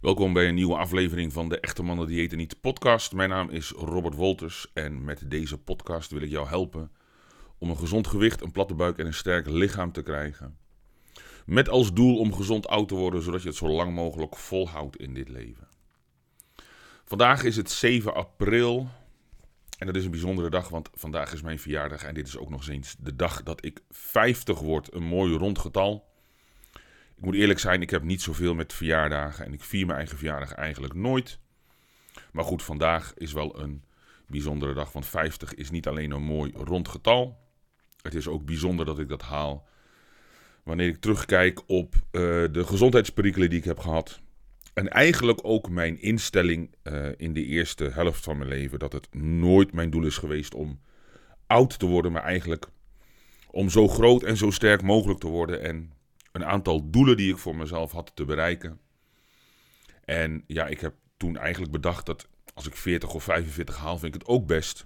Welkom bij een nieuwe aflevering van de Echte Mannen Diëten Niet podcast. Mijn naam is Robert Wolters en met deze podcast wil ik jou helpen om een gezond gewicht, een platte buik en een sterk lichaam te krijgen. Met als doel om gezond oud te worden, zodat je het zo lang mogelijk volhoudt in dit leven. Vandaag is het 7 april en dat is een bijzondere dag, want vandaag is mijn verjaardag en dit is ook nog eens de dag dat ik 50 word. Een mooi rond getal. Ik moet eerlijk zijn, ik heb niet zoveel met verjaardagen en ik vier mijn eigen verjaardag eigenlijk nooit. Maar goed, vandaag is wel een bijzondere dag, want 50 is niet alleen een mooi rond getal. Het is ook bijzonder dat ik dat haal wanneer ik terugkijk op de gezondheidsperikelen die ik heb gehad. En eigenlijk ook mijn instelling in de eerste helft van mijn leven, dat het nooit mijn doel is geweest om oud te worden, maar eigenlijk om zo groot en zo sterk mogelijk te worden en een aantal doelen die ik voor mezelf had te bereiken. En ja, ik heb toen eigenlijk bedacht dat als ik 40 of 45 haal, vind ik het ook best.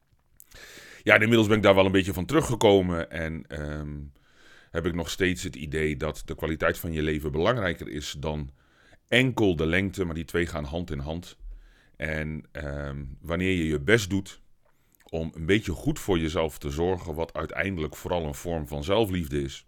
Ja, en inmiddels ben ik daar wel een beetje van teruggekomen. En heb ik nog steeds het idee dat de kwaliteit van je leven belangrijker is dan enkel de lengte. Maar die twee gaan hand in hand. En wanneer je je best doet om een beetje goed voor jezelf te zorgen, wat uiteindelijk vooral een vorm van zelfliefde is,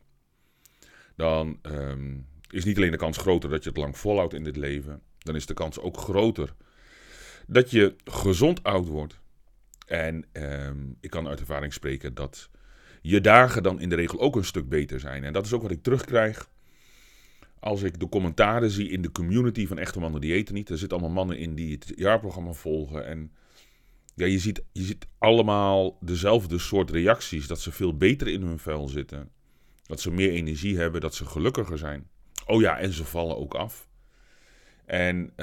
dan is niet alleen de kans groter dat je het lang volhoudt in dit leven. Dan is de kans ook groter dat je gezond oud wordt. En ik kan uit ervaring spreken dat je dagen dan in de regel ook een stuk beter zijn. En dat is ook wat ik terugkrijg als ik de commentaren zie in de community van Echte Mannen Diëten Niet. Er zitten allemaal mannen in die het jaarprogramma volgen. En ja, je ziet allemaal dezelfde soort reacties. Dat ze veel beter in hun vel zitten. Dat ze meer energie hebben, dat ze gelukkiger zijn. Oh ja, en ze vallen ook af. En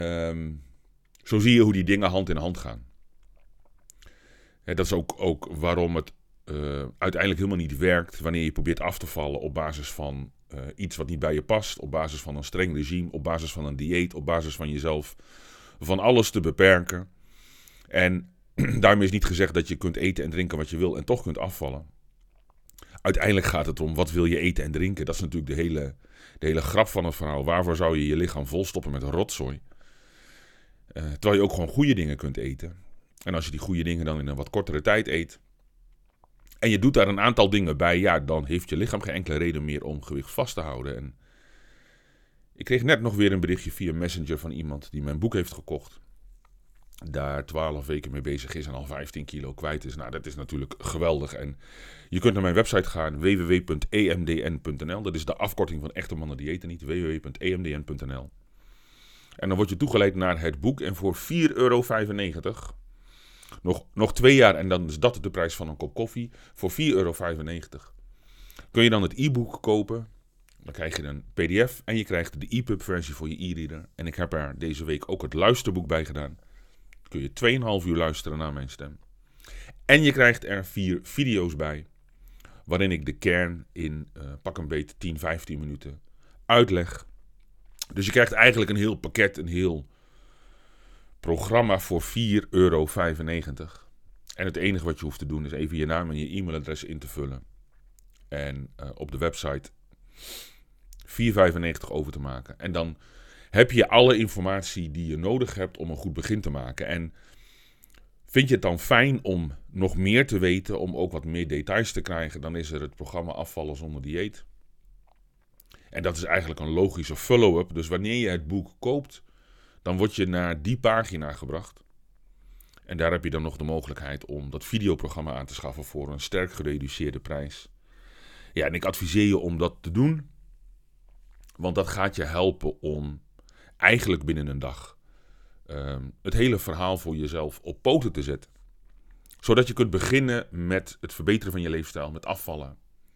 zo zie je hoe die dingen hand in hand gaan. Dat is ook waarom het uiteindelijk helemaal niet werkt wanneer je probeert af te vallen op basis van iets wat niet bij je past. Op basis van een streng regime, op basis van een dieet, op basis van jezelf van alles te beperken. En daarmee is niet gezegd dat je kunt eten en drinken wat je wil en toch kunt afvallen. Uiteindelijk gaat het om wat wil je eten en drinken. Dat is natuurlijk de hele grap van het verhaal. Waarvoor zou je je lichaam volstoppen met rotzooi? Terwijl je ook gewoon goede dingen kunt eten. En als je die goede dingen dan in een wat kortere tijd eet. En je doet daar een aantal dingen bij. Ja, dan heeft je lichaam geen enkele reden meer om gewicht vast te houden. En ik kreeg net nog weer een berichtje via Messenger van iemand die mijn boek heeft gekocht. Daar 12 weken mee bezig is en al 15 kilo kwijt is. Nou, dat is natuurlijk geweldig. En je kunt naar mijn website gaan, www.emdn.nl. Dat is de afkorting van Echte Mannen Diëten Niet, www.emdn.nl. En dan word je toegeleid naar het boek. En voor €4,95, nog 2 jaar en dan is dat de prijs van een kop koffie. Voor €4,95 kun je dan het e-book kopen. Dan krijg je een pdf en je krijgt de EPUB versie voor je e-reader. En ik heb er deze week ook het luisterboek bij gedaan. Kun je 2,5 uur luisteren naar mijn stem. En je krijgt er 4 video's bij, waarin ik de kern in pak een beet 10, 15 minuten uitleg. Dus je krijgt eigenlijk een heel pakket, een heel programma voor €4,95. En het enige wat je hoeft te doen is even je naam en je e-mailadres in te vullen. En op de website €4,95 over te maken. En dan heb je alle informatie die je nodig hebt om een goed begin te maken. En vind je het dan fijn om nog meer te weten, om ook wat meer details te krijgen, dan is er het programma Afvallen zonder dieet. En dat is eigenlijk een logische follow-up. Dus wanneer je het boek koopt, dan word je naar die pagina gebracht. En daar heb je dan nog de mogelijkheid om dat videoprogramma aan te schaffen voor een sterk gereduceerde prijs. Ja, en ik adviseer je om dat te doen. Want dat gaat je helpen om eigenlijk binnen een dag het hele verhaal voor jezelf op poten te zetten. Zodat je kunt beginnen met het verbeteren van je leefstijl, met afvallen.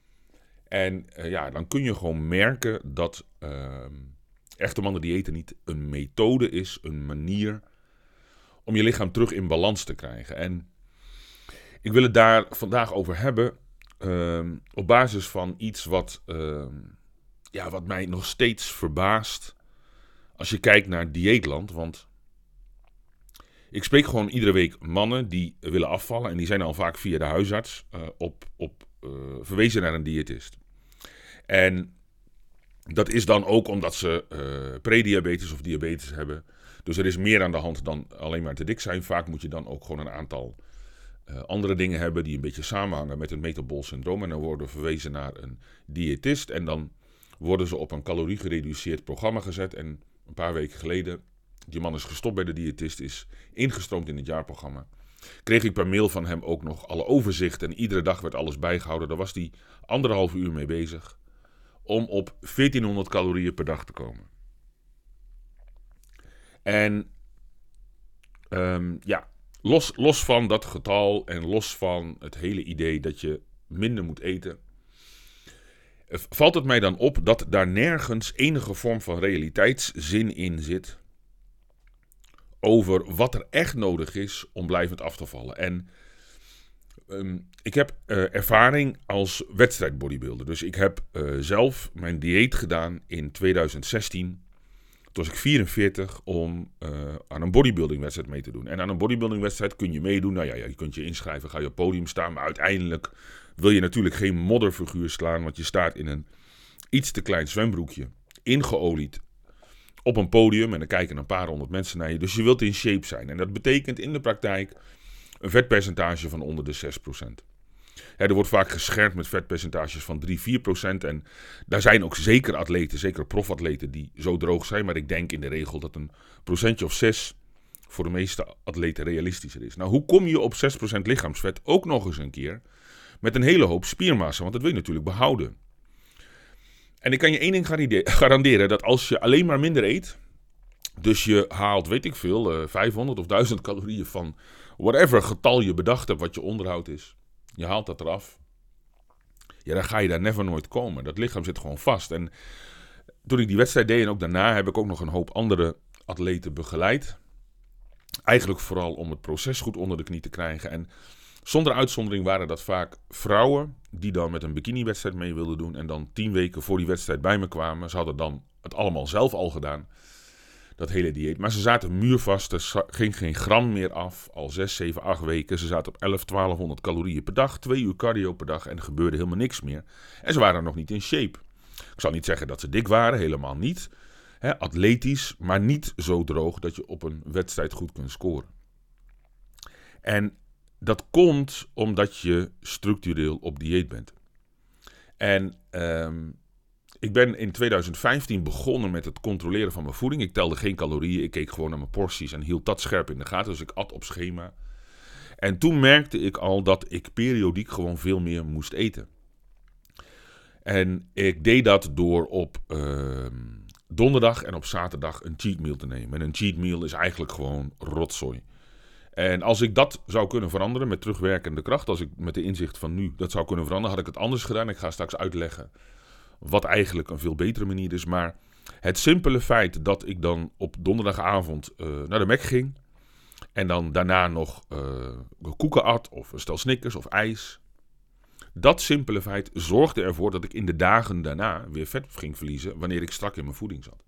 En dan kun je gewoon merken dat Echte Mannen Diëten Niet een methode is, een manier om je lichaam terug in balans te krijgen. En ik wil het daar vandaag over hebben op basis van iets wat mij nog steeds verbaast als je kijkt naar dieetland. Want ik spreek gewoon iedere week mannen die willen afvallen en die zijn al vaak via de huisarts verwezen naar een diëtist. En Dat is dan ook omdat ze prediabetes of diabetes hebben. Dus er is meer aan de hand dan alleen maar te dik zijn. Vaak moet je dan ook gewoon een aantal andere dingen hebben die een beetje samenhangen met het metabool syndroom. En dan worden we verwezen naar een diëtist. En dan worden ze op een caloriegereduceerd programma gezet. En een paar weken geleden, die man is gestopt bij de diëtist, is ingestroomd in het jaarprogramma. Kreeg ik per mail van hem ook nog alle overzichten. En iedere dag werd alles bijgehouden. Daar was hij 1,5 uur mee bezig. Om op 1400 calorieën per dag te komen. En los van dat getal en los van het hele idee dat je minder moet eten, valt het mij dan op dat daar nergens enige vorm van realiteitszin in zit over wat er echt nodig is om blijvend af te vallen. En ik heb ervaring als wedstrijdbodybuilder. Dus ik heb zelf mijn dieet gedaan in 2016. Toen was ik 44 om aan een bodybuildingwedstrijd mee te doen. En aan een bodybuildingwedstrijd kun je meedoen. Nou ja, je kunt je inschrijven, ga je op het podium staan. Maar uiteindelijk wil je natuurlijk geen modderfiguur slaan. Want je staat in een iets te klein zwembroekje, ingeolied, op een podium. En dan kijken een paar honderd mensen naar je. Dus je wilt in shape zijn. En dat betekent in de praktijk een vetpercentage van onder de 6%. Er wordt vaak geschermd met vetpercentages van 3-4%. En daar zijn ook zeker atleten, zeker profatleten, die zo droog zijn. Maar ik denk in de regel dat een procentje of 6 voor de meeste atleten realistischer is. Nou, hoe kom je op 6% lichaamsvet ook nog eens een keer met een hele hoop spiermassa? Want dat wil je natuurlijk behouden. En ik kan je één ding garanderen, dat als je alleen maar minder eet, dus je haalt, weet ik veel, 500 of 1000 calorieën van whatever getal je bedacht hebt wat je onderhoud is. Je haalt dat eraf. Ja, dan ga je daar never nooit komen. Dat lichaam zit gewoon vast. En toen ik die wedstrijd deed en ook daarna heb ik ook nog een hoop andere atleten begeleid. Eigenlijk vooral om het proces goed onder de knie te krijgen. En zonder uitzondering waren dat vaak vrouwen die dan met een bikiniwedstrijd mee wilden doen. En dan 10 weken voor die wedstrijd bij me kwamen. Ze hadden dan het allemaal zelf al gedaan. Dat hele dieet. Maar ze zaten muurvast. Er ging geen gram meer af. Al 6, 7, 8 weken. Ze zaten op 1200 calorieën per dag. 2 uur cardio per dag. En er gebeurde helemaal niks meer. En ze waren nog niet in shape. Ik zal niet zeggen dat ze dik waren. Helemaal niet. Atletisch. Maar niet zo droog dat je op een wedstrijd goed kunt scoren. En dat komt omdat je structureel op dieet bent. En ik ben in 2015 begonnen met het controleren van mijn voeding. Ik telde geen calorieën, ik keek gewoon naar mijn porties en hield dat scherp in de gaten. Dus ik at op schema. En toen merkte ik al dat ik periodiek gewoon veel meer moest eten. En ik deed dat door op donderdag en op zaterdag een cheat meal te nemen. En een cheat meal is eigenlijk gewoon rotzooi. En als ik dat zou kunnen veranderen met terugwerkende kracht, als ik met de inzicht van nu dat zou kunnen veranderen, had ik het anders gedaan. Ik ga straks uitleggen wat eigenlijk een veel betere manier is. Maar het simpele feit dat ik dan op donderdagavond naar de Mac ging. En dan daarna nog koeken at of een stel Snickers of ijs. Dat simpele feit zorgde ervoor dat ik in de dagen daarna weer vet ging verliezen wanneer ik strak in mijn voeding zat.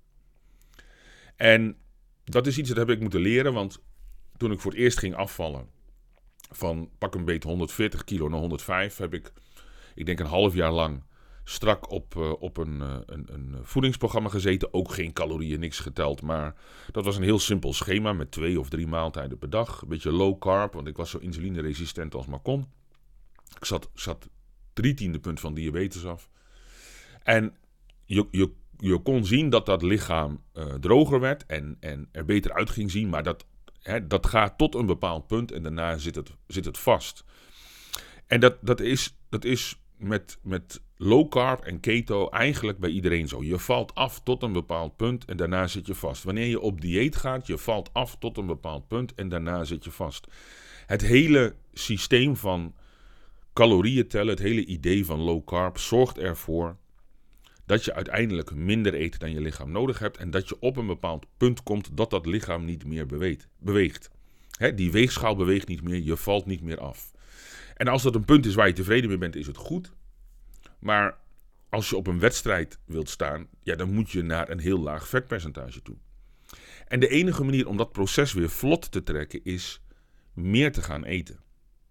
En dat is iets dat heb ik moeten leren, want toen ik voor het eerst ging afvallen van pak een beet 140 kilo naar 105 heb ik denk een half jaar lang strak op een voedingsprogramma gezeten. Ook geen calorieën, niks geteld. Maar dat was een heel simpel schema met 2 of 3 maaltijden per dag. Een beetje low carb, want ik was zo insulineresistent als maar kon. Ik zat 3/10 punt van diabetes af. En je kon zien dat dat lichaam droger werd en er beter uit ging zien. Maar dat gaat tot een bepaald punt en daarna zit het vast. En dat is met low carb en keto eigenlijk bij iedereen zo. Je valt af tot een bepaald punt en daarna zit je vast. Wanneer je op dieet gaat, je valt af tot een bepaald punt en daarna zit je vast. Het hele systeem van calorieën tellen, het hele idee van low carb zorgt ervoor dat je uiteindelijk minder eet dan je lichaam nodig hebt en dat je op een bepaald punt komt dat lichaam niet meer beweegt. Die weegschaal beweegt niet meer, je valt niet meer af. En als dat een punt is waar je tevreden mee bent, is het goed. Maar als je op een wedstrijd wilt staan, ja, dan moet je naar een heel laag vetpercentage toe. En de enige manier om dat proces weer vlot te trekken is meer te gaan eten.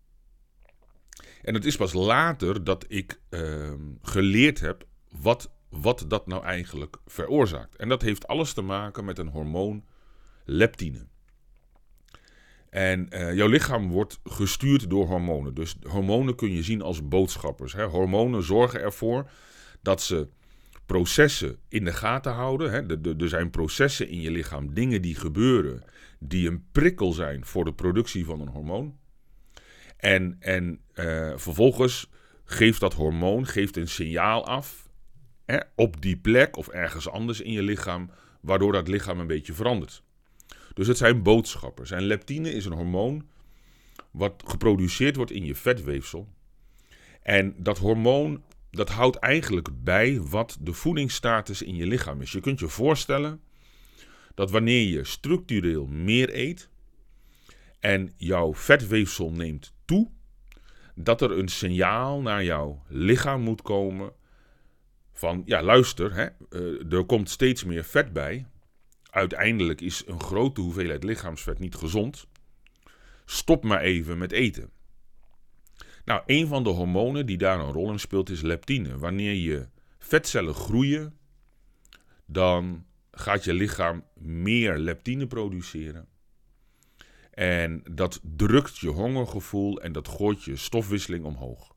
En het is pas later dat ik geleerd heb wat dat nou eigenlijk veroorzaakt. En dat heeft alles te maken met een hormoon leptine. En jouw lichaam wordt gestuurd door hormonen. Dus hormonen kun je zien als boodschappers. Hè. Hormonen zorgen ervoor dat ze processen in de gaten houden. Hè. Er zijn processen in je lichaam, dingen die gebeuren, die een prikkel zijn voor de productie van een hormoon. En vervolgens geeft dat hormoon een signaal af, hè, op die plek of ergens anders in je lichaam, waardoor dat lichaam een beetje verandert. Dus het zijn boodschappers. En leptine is een hormoon wat geproduceerd wordt in je vetweefsel. En dat hormoon, dat houdt eigenlijk bij wat de voedingsstatus in je lichaam is. Je kunt je voorstellen dat wanneer je structureel meer eet en jouw vetweefsel neemt toe, dat er een signaal naar jouw lichaam moet komen van, ja luister, hè, er komt steeds meer vet bij. Uiteindelijk is een grote hoeveelheid lichaamsvet niet gezond. Stop maar even met eten. Nou, een van de hormonen die daar een rol in speelt is leptine. Wanneer je vetcellen groeien, dan gaat je lichaam meer leptine produceren. En dat drukt je hongergevoel en dat gooit je stofwisseling omhoog.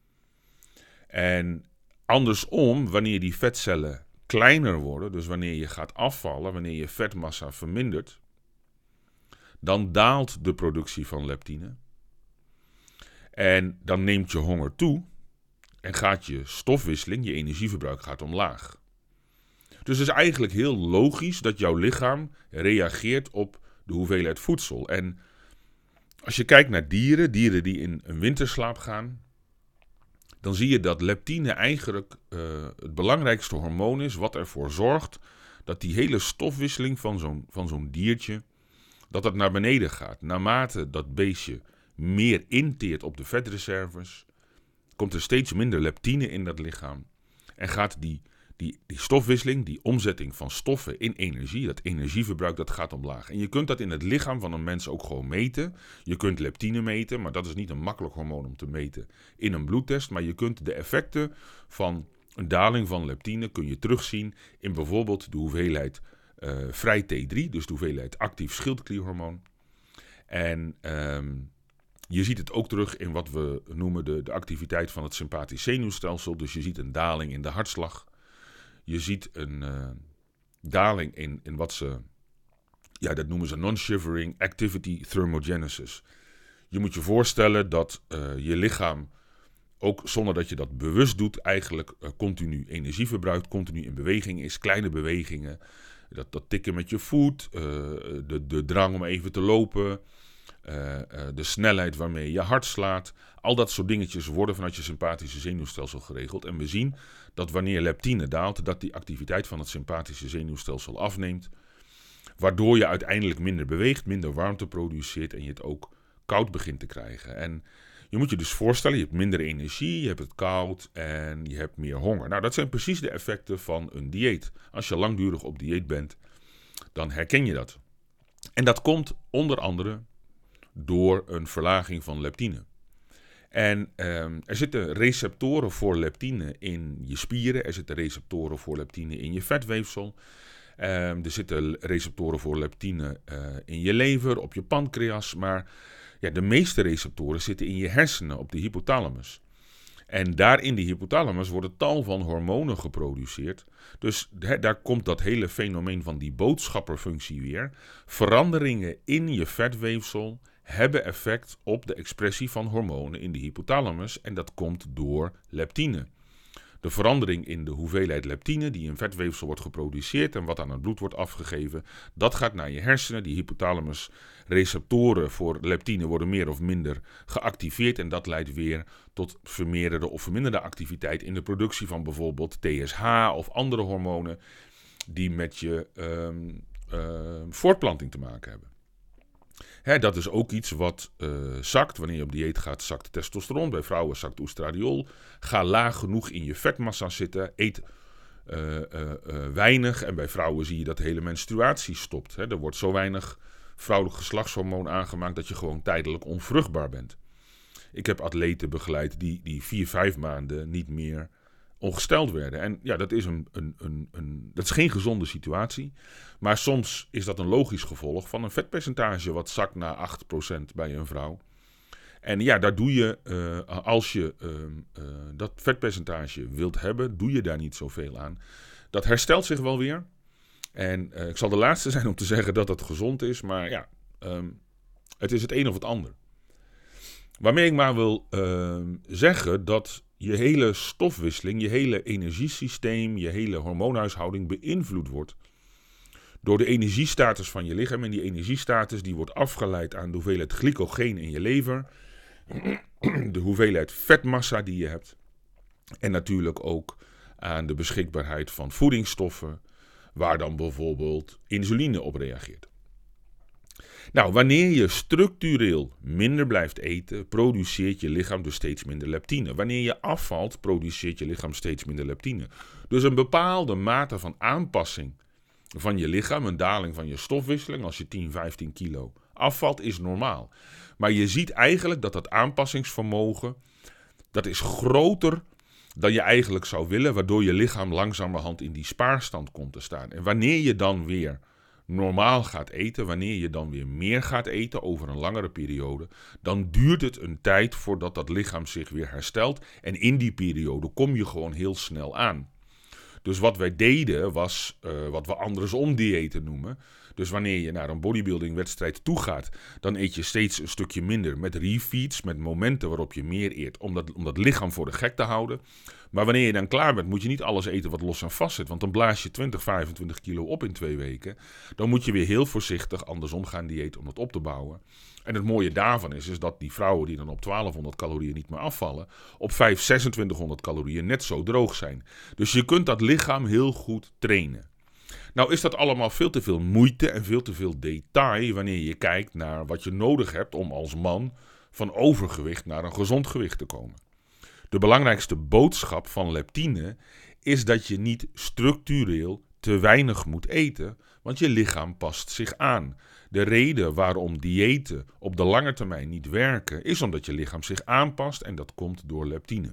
En andersom, wanneer die vetcellen kleiner worden, dus wanneer je gaat afvallen, wanneer je vetmassa vermindert, dan daalt de productie van leptine. En dan neemt je honger toe en gaat je stofwisseling, je energieverbruik gaat omlaag. Dus het is eigenlijk heel logisch dat jouw lichaam reageert op de hoeveelheid voedsel. En als je kijkt naar dieren die in een winterslaap gaan, dan zie je dat leptine eigenlijk het belangrijkste hormoon is wat ervoor zorgt dat die hele stofwisseling van zo'n diertje, dat het naar beneden gaat. Naarmate dat beestje meer inteert op de vetreserves, komt er steeds minder leptine in dat lichaam. En gaat die stofwisseling, die omzetting van stoffen in energie, dat energieverbruik, dat gaat omlaag. En je kunt dat in het lichaam van een mens ook gewoon meten. Je kunt leptine meten, maar dat is niet een makkelijk hormoon om te meten in een bloedtest. Maar je kunt de effecten van een daling van leptine kun je terugzien in bijvoorbeeld de hoeveelheid vrij T3, dus de hoeveelheid actief schildklierhormoon. En je ziet het ook terug in wat we noemen de activiteit van het sympathisch zenuwstelsel. Dus je ziet een daling in de hartslag. Je ziet een daling in wat ze, ja, dat noemen ze non-shivering activity thermogenesis. Je moet je voorstellen dat je lichaam, ook zonder dat je dat bewust doet, eigenlijk continu energie verbruikt, continu in beweging is. Kleine bewegingen, dat tikken met je voet, de drang om even te lopen, de snelheid waarmee je hart slaat. Al dat soort dingetjes worden vanuit je sympathische zenuwstelsel geregeld. En we zien dat wanneer leptine daalt, dat die activiteit van het sympathische zenuwstelsel afneemt. Waardoor je uiteindelijk minder beweegt, minder warmte produceert en je het ook koud begint te krijgen. En je moet je dus voorstellen, je hebt minder energie, je hebt het koud en je hebt meer honger. Nou, dat zijn precies de effecten van een dieet. Als je langdurig op dieet bent, dan herken je dat. En dat komt onder andere door een verlaging van leptine. En er zitten receptoren voor leptine in je spieren, er zitten receptoren voor leptine in je vetweefsel. Er zitten receptoren voor leptine in je lever, op je pancreas, maar ja, de meeste receptoren zitten in je hersenen, op de hypothalamus. En daar in die hypothalamus worden tal van hormonen geproduceerd. Dus daar komt dat hele fenomeen van die boodschapperfunctie weer. Veranderingen in je vetweefsel hebben effect op de expressie van hormonen in de hypothalamus en dat komt door leptine. De verandering in de hoeveelheid leptine die in vetweefsel wordt geproduceerd en wat aan het bloed wordt afgegeven, dat gaat naar je hersenen. Die hypothalamus receptoren voor leptine worden meer of minder geactiveerd en dat leidt weer tot vermeerderde of verminderde activiteit in de productie van bijvoorbeeld TSH of andere hormonen die met je voortplanting te maken hebben. Dat is ook iets wat zakt. Wanneer je op dieet gaat, zakt testosteron. Bij vrouwen zakt oestradiol. Ga laag genoeg in je vetmassa zitten. Eet weinig. En bij vrouwen zie je dat de hele menstruatie stopt. Er wordt zo weinig vrouwelijk geslachtshormoon aangemaakt dat je gewoon tijdelijk onvruchtbaar bent. Ik heb atleten begeleid die 4-5 maanden niet meer ongesteld werden. En ja, dat is, dat is geen gezonde situatie. Maar soms is dat een logisch gevolg van een vetpercentage wat zakt naar 8% bij een vrouw. En ja, daar doe je, als je dat vetpercentage wilt hebben, doe je daar niet zoveel aan. Dat herstelt zich wel weer. En ik zal de laatste zijn om te zeggen dat het gezond is, maar ja, het is het een of het ander. Waarmee ik maar wil zeggen dat je hele stofwisseling, je hele energiesysteem, je hele hormoonhuishouding beïnvloed wordt door de energiestatus van je lichaam. En die energiestatus die wordt afgeleid aan de hoeveelheid glycogeen in je lever, de hoeveelheid vetmassa die je hebt en natuurlijk ook aan de beschikbaarheid van voedingsstoffen, waar dan bijvoorbeeld insuline op reageert. Nou, wanneer je structureel minder blijft eten, produceert je lichaam dus steeds minder leptine. Wanneer je afvalt, produceert je lichaam steeds minder leptine. Dus een bepaalde mate van aanpassing van je lichaam, een daling van je stofwisseling, als je 10, 15 kilo afvalt, is normaal. Maar je ziet eigenlijk dat aanpassingsvermogen, dat is groter dan je eigenlijk zou willen, waardoor je lichaam langzamerhand in die spaarstand komt te staan. En wanneer je dan weer normaal gaat eten, wanneer je dan weer meer gaat eten over een langere periode, dan duurt het een tijd voordat dat lichaam zich weer herstelt. En in die periode kom je gewoon heel snel aan. Dus wat wij deden was wat we andersom diëten noemen. Dus wanneer je naar een bodybuilding wedstrijd toe gaat, dan eet je steeds een stukje minder met refeeds, met momenten waarop je meer eet, om dat lichaam voor de gek te houden. Maar wanneer je dan klaar bent, moet je niet alles eten wat los en vast zit, want dan blaas je 20, 25 kilo op in 2 weken. Dan moet je weer heel voorzichtig andersom gaan diëten om dat op te bouwen. En het mooie daarvan is dat die vrouwen die dan op 1200 calorieën niet meer afvallen, op 2600 calorieën net zo droog zijn. Dus je kunt dat lichaam heel goed trainen. Nou is dat allemaal veel te veel moeite en veel te veel detail wanneer je kijkt naar wat je nodig hebt om als man van overgewicht naar een gezond gewicht te komen. De belangrijkste boodschap van leptine is dat je niet structureel te weinig moet eten, want je lichaam past zich aan. De reden waarom diëten op de lange termijn niet werken, is omdat je lichaam zich aanpast en dat komt door leptine.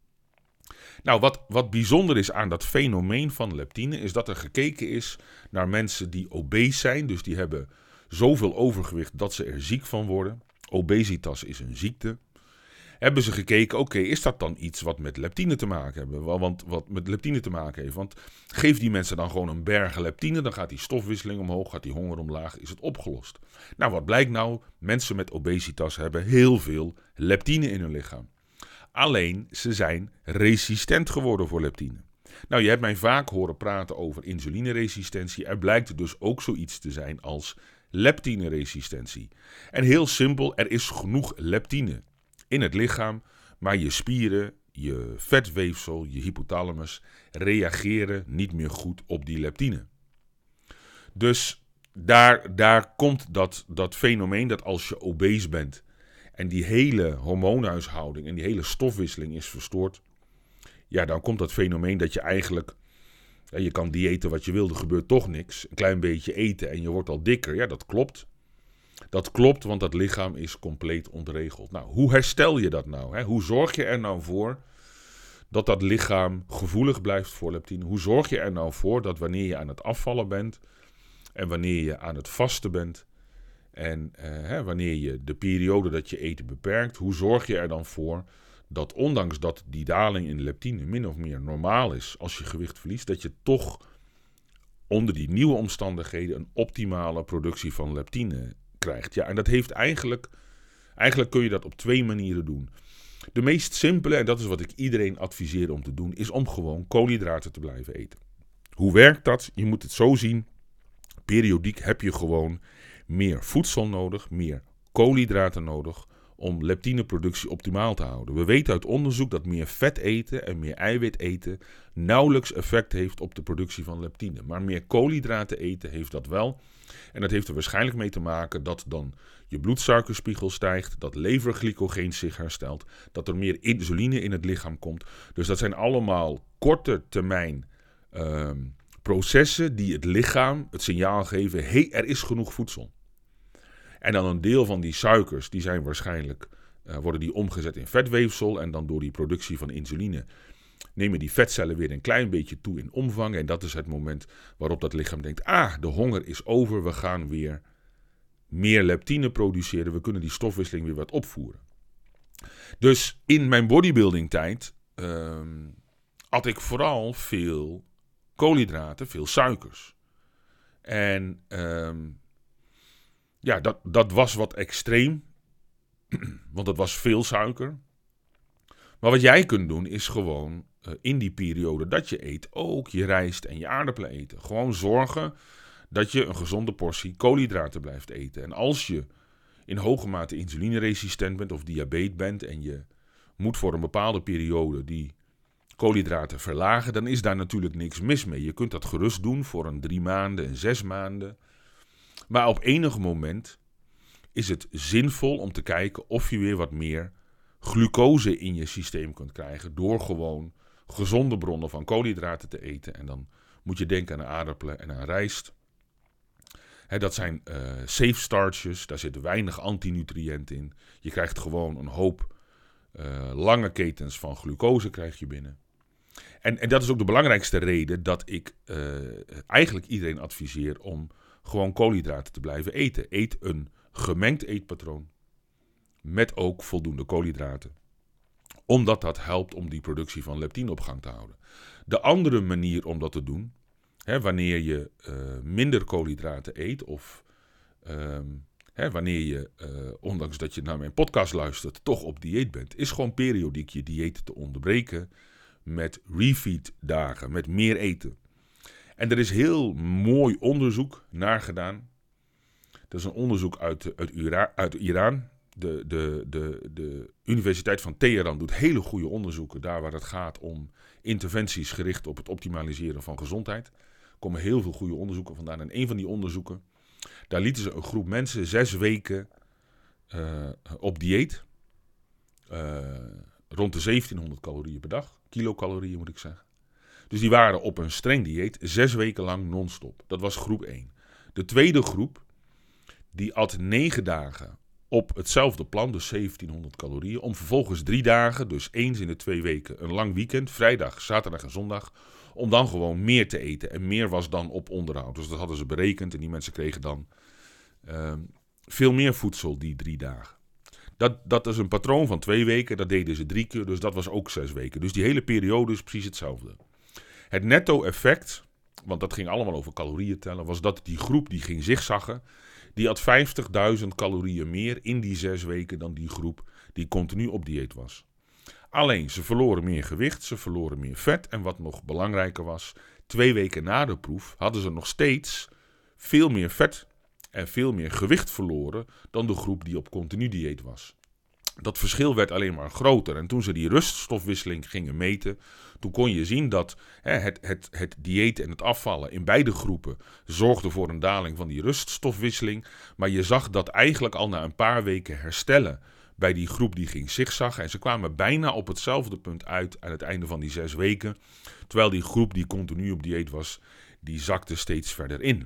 Nou, wat bijzonder is aan dat fenomeen van leptine, is dat er gekeken is naar mensen die obese zijn, dus die hebben zoveel overgewicht dat ze er ziek van worden. Obesitas is een ziekte. Hebben ze gekeken, oké, is dat dan iets wat met leptine te maken heeft? Want geef die mensen dan gewoon een berg leptine, dan gaat die stofwisseling omhoog, gaat die honger omlaag, is het opgelost. Nou, wat blijkt nou? Mensen met obesitas hebben heel veel leptine in hun lichaam. Alleen, ze zijn resistent geworden voor leptine. Nou, je hebt mij vaak horen praten over insulineresistentie. Er blijkt dus ook zoiets te zijn als leptineresistentie. En heel simpel, er is genoeg leptine in het lichaam, maar je spieren, je vetweefsel, je hypothalamus reageren niet meer goed op die leptine. Dus daar komt dat fenomeen dat als je obese bent en die hele hormoonhuishouding en die hele stofwisseling is verstoord, ja, dan komt dat fenomeen dat je eigenlijk, je kan diëten wat je wil, er gebeurt toch niks. Een klein beetje eten en je wordt al dikker, ja, dat klopt. Dat klopt, want dat lichaam is compleet ontregeld. Nou, hoe herstel je dat nou? Hè? Hoe zorg je er nou voor dat dat lichaam gevoelig blijft voor leptine? Hoe zorg je er nou voor dat wanneer je aan het afvallen bent en wanneer je aan het vasten bent en wanneer je de periode dat je eten beperkt, hoe zorg je er dan voor dat ondanks dat die daling in leptine min of meer normaal is als je gewicht verliest, dat je toch onder die nieuwe omstandigheden een optimale productie van leptine krijgt. Ja, en dat heeft eigenlijk kun je dat op 2 manieren doen. De meest simpele, en dat is wat ik iedereen adviseer om te doen, is om gewoon koolhydraten te blijven eten. Hoe werkt dat? Je moet het zo zien. Periodiek heb je gewoon meer voedsel nodig, meer koolhydraten nodig om leptineproductie optimaal te houden. We weten uit onderzoek dat meer vet eten en meer eiwit eten nauwelijks effect heeft op de productie van leptine. Maar meer koolhydraten eten heeft dat wel. En dat heeft er waarschijnlijk mee te maken dat dan je bloedsuikerspiegel stijgt, dat leverglycogeen zich herstelt, dat er meer insuline in het lichaam komt. Dus dat zijn allemaal korte termijn processen die het lichaam het signaal geven, hey, er is genoeg voedsel. En dan een deel van die suikers, die zijn waarschijnlijk, worden die omgezet in vetweefsel en dan door die productie van insuline nemen die vetcellen weer een klein beetje toe in omvang. En dat is het moment waarop dat lichaam denkt, de honger is over, we gaan weer meer leptine produceren, we kunnen die stofwisseling weer wat opvoeren. Dus in mijn bodybuilding tijd had ik vooral veel koolhydraten, veel suikers. En dat was wat extreem, want dat was veel suiker. Maar wat jij kunt doen is gewoon in die periode dat je eet ook je rijst en je aardappelen eten. Gewoon zorgen dat je een gezonde portie koolhydraten blijft eten. En als je in hoge mate insulineresistent bent of diabetes bent en je moet voor een bepaalde periode die koolhydraten verlagen, dan is daar natuurlijk niks mis mee. Je kunt dat gerust doen voor een 3 maanden en 6 maanden. Maar op enig moment is het zinvol om te kijken of je weer wat meer glucose in je systeem kunt krijgen door gewoon gezonde bronnen van koolhydraten te eten. En dan moet je denken aan aardappelen en aan rijst. Dat zijn safe starches, daar zit weinig antinutriënt in. Je krijgt gewoon een hoop lange ketens van glucose krijg je binnen. En dat is ook de belangrijkste reden dat ik eigenlijk iedereen adviseer om gewoon koolhydraten te blijven eten. Eet een gemengd eetpatroon met ook voldoende koolhydraten. Omdat dat helpt om die productie van leptine op gang te houden. De andere manier om dat te doen, wanneer je minder koolhydraten eet of wanneer je, ondanks dat je naar mijn podcast luistert, toch op dieet bent, is gewoon periodiek je dieet te onderbreken met refeed dagen, met meer eten. En er is heel mooi onderzoek naar gedaan. Dat is een onderzoek uit Iran. De Universiteit van Teheran doet hele goede onderzoeken daar waar het gaat om interventies gericht op het optimaliseren van gezondheid. Er komen heel veel goede onderzoeken vandaan. En een van die onderzoeken, daar lieten ze een groep mensen 6 weken op dieet. Rond de 1700 calorieën per dag. Kilocalorieën moet ik zeggen. Dus die waren op een streng dieet 6 weken lang non-stop. Dat was groep 1. De tweede groep, die at 9 dagen op hetzelfde plan, dus 1700 calorieën. Om vervolgens 3 dagen, dus eens in de 2 weken, een lang weekend, vrijdag, zaterdag en zondag, om dan gewoon meer te eten. En meer was dan op onderhoud. Dus dat hadden ze berekend en die mensen kregen dan veel meer voedsel die 3 dagen. Dat is een patroon van 2 weken, dat deden ze 3 keer, dus dat was ook 6 weken. Dus die hele periode is precies hetzelfde. Het netto-effect, want dat ging allemaal over calorieën tellen, was dat die groep die ging zigzaggen, die had 50.000 calorieën meer in die 6 weken dan die groep die continu op dieet was. Alleen, ze verloren meer gewicht, ze verloren meer vet en wat nog belangrijker was, 2 weken na de proef hadden ze nog steeds veel meer vet en veel meer gewicht verloren dan de groep die op continu dieet was. Dat verschil werd alleen maar groter. En toen ze die ruststofwisseling gingen meten, toen kon je zien dat het dieet en het afvallen in beide groepen zorgde voor een daling van die ruststofwisseling. Maar je zag dat eigenlijk al na een paar weken herstellen bij die groep die ging zigzaggen. En ze kwamen bijna op hetzelfde punt uit aan het einde van die 6 weken. Terwijl die groep die continu op dieet was, die zakte steeds verder in.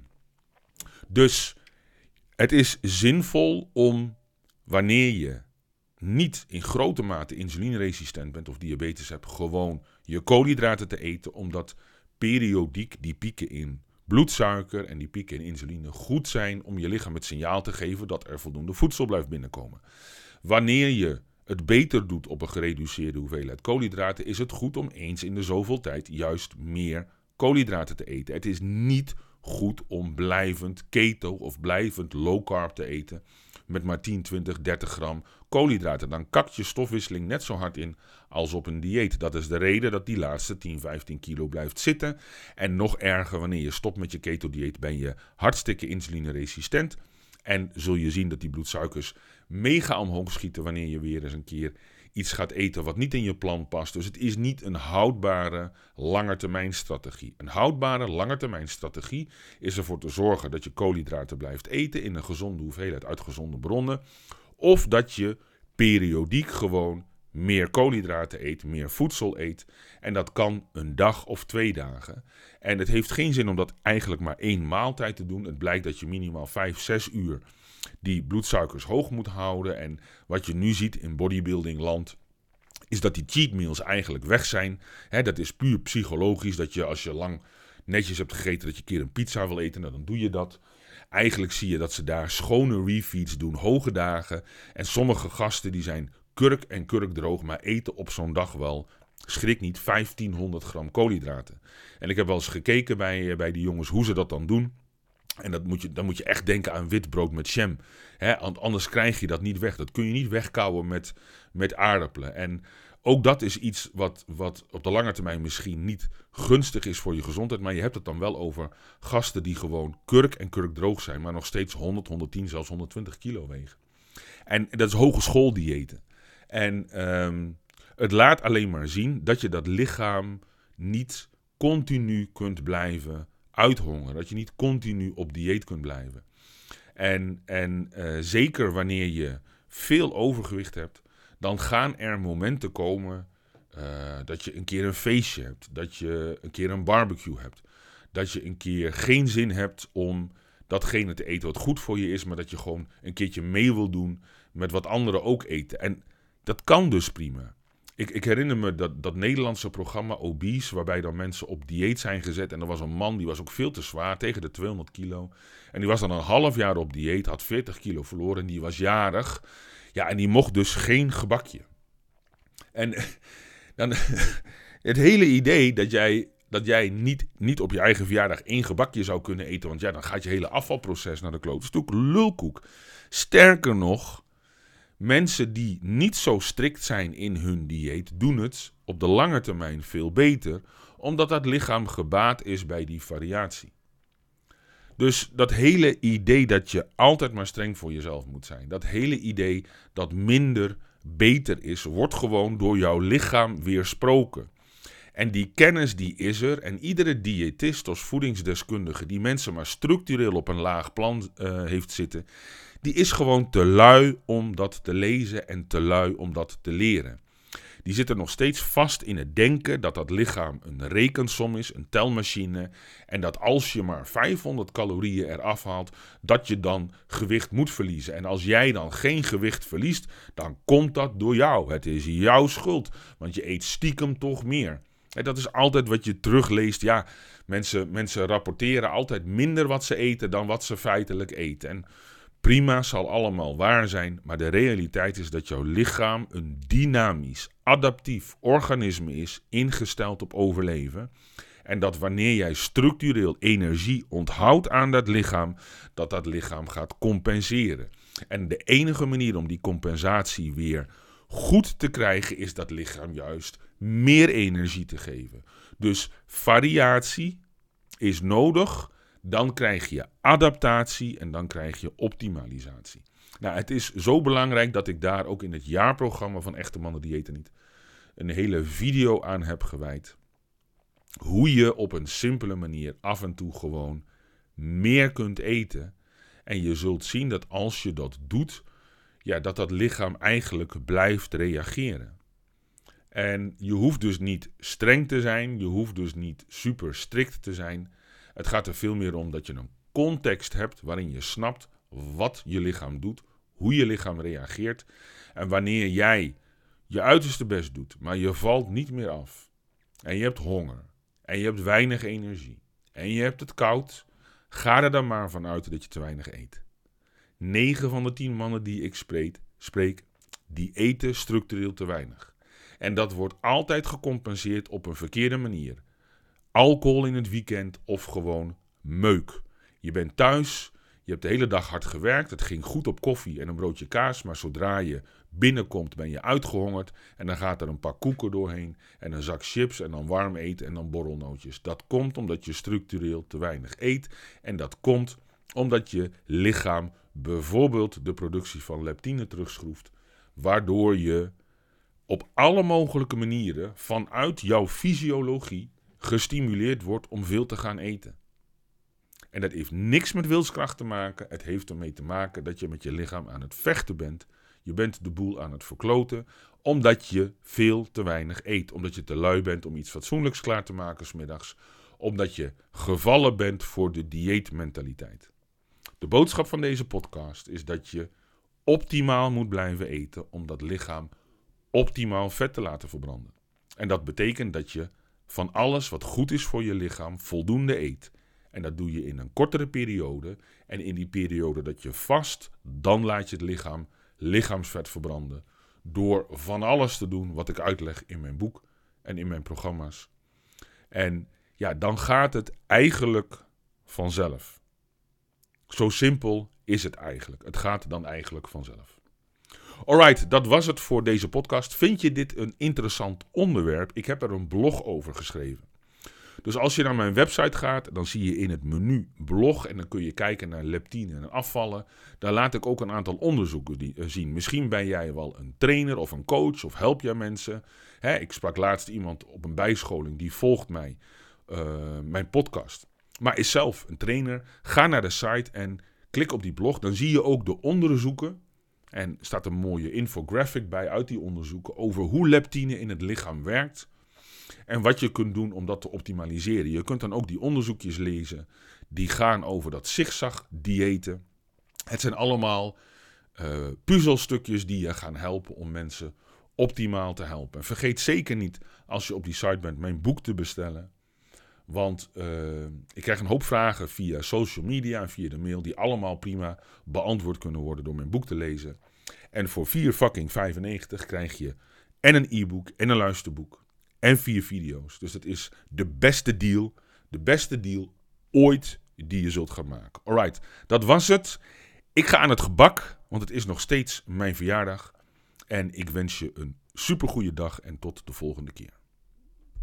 Dus het is zinvol om, wanneer je niet in grote mate insulineresistent bent of diabetes hebt, gewoon je koolhydraten te eten, omdat periodiek die pieken in bloedsuiker en die pieken in insuline goed zijn om je lichaam het signaal te geven dat er voldoende voedsel blijft binnenkomen. Wanneer je het beter doet op een gereduceerde hoeveelheid koolhydraten, is het goed om eens in de zoveel tijd juist meer koolhydraten te eten. Het is niet goed om blijvend keto of blijvend low carb te eten met maar 10, 20, 30 gram koolhydraten. Dan kakt je stofwisseling net zo hard in als op een dieet. Dat is de reden dat die laatste 10, 15 kilo blijft zitten. En nog erger, wanneer je stopt met je keto-dieet, ben je hartstikke insulineresistent. En zul je zien dat die bloedsuikers mega omhoog schieten wanneer je weer eens een keer iets gaat eten wat niet in je plan past. Dus het is niet een houdbare langetermijnstrategie. Een houdbare langetermijnstrategie is ervoor te zorgen dat je koolhydraten blijft eten in een gezonde hoeveelheid uit gezonde bronnen. Of dat je periodiek gewoon meer koolhydraten eet, meer voedsel eet. En dat kan een dag of 2 dagen. En het heeft geen zin om dat eigenlijk maar 1 maaltijd te doen. Het blijkt dat je minimaal 5, 6 uur die bloedsuikers hoog moet houden. En wat je nu ziet in bodybuilding land is dat die cheat meals eigenlijk weg zijn. Dat is puur psychologisch, dat je als je lang netjes hebt gegeten, dat je een keer een pizza wil eten, nou, dan doe je dat. Eigenlijk zie je dat ze daar schone refeeds doen, hoge dagen. En sommige gasten die zijn kurk en kurkdroog, maar eten op zo'n dag wel, schrik niet, 1500 gram koolhydraten. En ik heb wel eens gekeken bij die jongens hoe ze dat dan doen. En dan moet je echt denken aan wit brood met jam. Anders krijg je dat niet weg. Dat kun je niet wegkouwen met aardappelen. En ook dat is iets wat op de lange termijn misschien niet gunstig is voor je gezondheid. Maar je hebt het dan wel over gasten die gewoon kurk en kurkdroog zijn. Maar nog steeds 100, 110, zelfs 120 kilo wegen. En dat is hogeschooldiëten. En het laat alleen maar zien dat je dat lichaam niet continu kunt blijven uithongeren. Dat je niet continu op dieet kunt blijven. En zeker wanneer je veel overgewicht hebt, dan gaan er momenten komen dat je een keer een feestje hebt. Dat je een keer een barbecue hebt. Dat je een keer geen zin hebt om datgene te eten wat goed voor je is, maar dat je gewoon een keertje mee wil doen met wat anderen ook eten. En dat kan dus prima. Ik herinner me dat Nederlandse programma Obese, waarbij dan mensen op dieet zijn gezet. En er was een man, die was ook veel te zwaar, tegen de 200 kilo. En die was dan een half jaar op dieet, had 40 kilo verloren en die was jarig. Ja, en die mocht dus geen gebakje. En dan, het hele idee dat jij niet op je eigen verjaardag 1 gebakje zou kunnen eten, want ja, dan gaat je hele afvalproces naar de kloot. Dat is natuurlijk lulkoek. Sterker nog, mensen die niet zo strikt zijn in hun dieet, doen het op de lange termijn veel beter, omdat dat lichaam gebaat is bij die variatie. Dus dat hele idee dat je altijd maar streng voor jezelf moet zijn, dat hele idee dat minder beter is, wordt gewoon door jouw lichaam weersproken. En die kennis die is er, en iedere diëtist of voedingsdeskundige die mensen maar structureel op een laag plan heeft zitten, die is gewoon te lui om dat te lezen en te lui om dat te leren. Die zitten nog steeds vast in het denken dat dat lichaam een rekensom is, een telmachine. En dat als je maar 500 calorieën eraf haalt, dat je dan gewicht moet verliezen. En als jij dan geen gewicht verliest, dan komt dat door jou. Het is jouw schuld, want je eet stiekem toch meer. En dat is altijd wat je terugleest. Ja, mensen rapporteren altijd minder wat ze eten dan wat ze feitelijk eten. En prima, zal allemaal waar zijn, maar de realiteit is dat jouw lichaam een dynamisch, adaptief organisme is, ingesteld op overleven. En dat wanneer jij structureel energie onthoudt aan dat lichaam, dat lichaam gaat compenseren. En de enige manier om die compensatie weer goed te krijgen, is dat lichaam juist meer energie te geven. Dus variatie is nodig. Dan krijg je adaptatie en dan krijg je optimalisatie. Nou, het is zo belangrijk dat ik daar ook in het jaarprogramma van Echte Mannen Diëten Niet een hele video aan heb gewijd. Hoe je op een simpele manier af en toe gewoon meer kunt eten. En je zult zien dat als je dat doet, ja, dat lichaam eigenlijk blijft reageren. En je hoeft dus niet streng te zijn, je hoeft dus niet super strikt te zijn. Het gaat er veel meer om dat je een context hebt waarin je snapt wat je lichaam doet, hoe je lichaam reageert. En wanneer jij je uiterste best doet, maar je valt niet meer af. En je hebt honger. En je hebt weinig energie. En je hebt het koud. Ga er dan maar vanuit dat je te weinig eet. 9 van de 10 mannen die ik spreek, die eten structureel te weinig. En dat wordt altijd gecompenseerd op een verkeerde manier. Alcohol in het weekend of gewoon meuk. Je bent thuis, je hebt de hele dag hard gewerkt, het ging goed op koffie en een broodje kaas, maar zodra je binnenkomt ben je uitgehongerd en dan gaat er een pak koeken doorheen en een zak chips en dan warm eten en dan borrelnootjes. Dat komt omdat je structureel te weinig eet en dat komt omdat je lichaam bijvoorbeeld de productie van leptine terugschroeft, waardoor je op alle mogelijke manieren vanuit jouw fysiologie gestimuleerd wordt om veel te gaan eten. En dat heeft niks met wilskracht te maken. Het heeft ermee te maken dat je met je lichaam aan het vechten bent. Je bent de boel aan het verkloten, omdat je veel te weinig eet. Omdat je te lui bent om iets fatsoenlijks klaar te maken 's middags. Omdat je gevallen bent voor de dieetmentaliteit. De boodschap van deze podcast is dat je optimaal moet blijven eten om dat lichaam optimaal vet te laten verbranden. En dat betekent dat je van alles wat goed is voor je lichaam voldoende eet. En dat doe je in een kortere periode. En in die periode dat je vast, dan laat je het lichaam lichaamsvet verbranden. Door van alles te doen wat ik uitleg in mijn boek en in mijn programma's. En ja, dan gaat het eigenlijk vanzelf. Zo simpel is het eigenlijk. Het gaat dan eigenlijk vanzelf. Alright, dat was het voor deze podcast. Vind je dit een interessant onderwerp? Ik heb er een blog over geschreven. Dus als je naar mijn website gaat, dan zie je in het menu blog en dan kun je kijken naar leptine en afvallen. Daar laat ik ook een aantal onderzoeken zien. Misschien ben jij wel een trainer of een coach of help jij mensen. Ik sprak laatst iemand op een bijscholing die volgt mij, mijn podcast. Maar is zelf een trainer. Ga naar de site en klik op die blog. Dan zie je ook de onderzoeken. En er staat een mooie infographic bij uit die onderzoeken over hoe leptine in het lichaam werkt. En wat je kunt doen om dat te optimaliseren. Je kunt dan ook die onderzoekjes lezen. Die gaan over dat zigzag-diëten. Het zijn allemaal puzzelstukjes die je gaan helpen om mensen optimaal te helpen. En vergeet zeker niet, als je op die site bent, mijn boek te bestellen. Want ik krijg een hoop vragen via social media en via de mail die allemaal prima beantwoord kunnen worden door mijn boek te lezen. En voor $4,95 krijg je en een e-book en een luisterboek en 4 video's. Dus dat is de beste deal ooit die je zult gaan maken. Alright, dat was het. Ik ga aan het gebak, want het is nog steeds mijn verjaardag. En ik wens je een supergoeie dag en tot de volgende keer.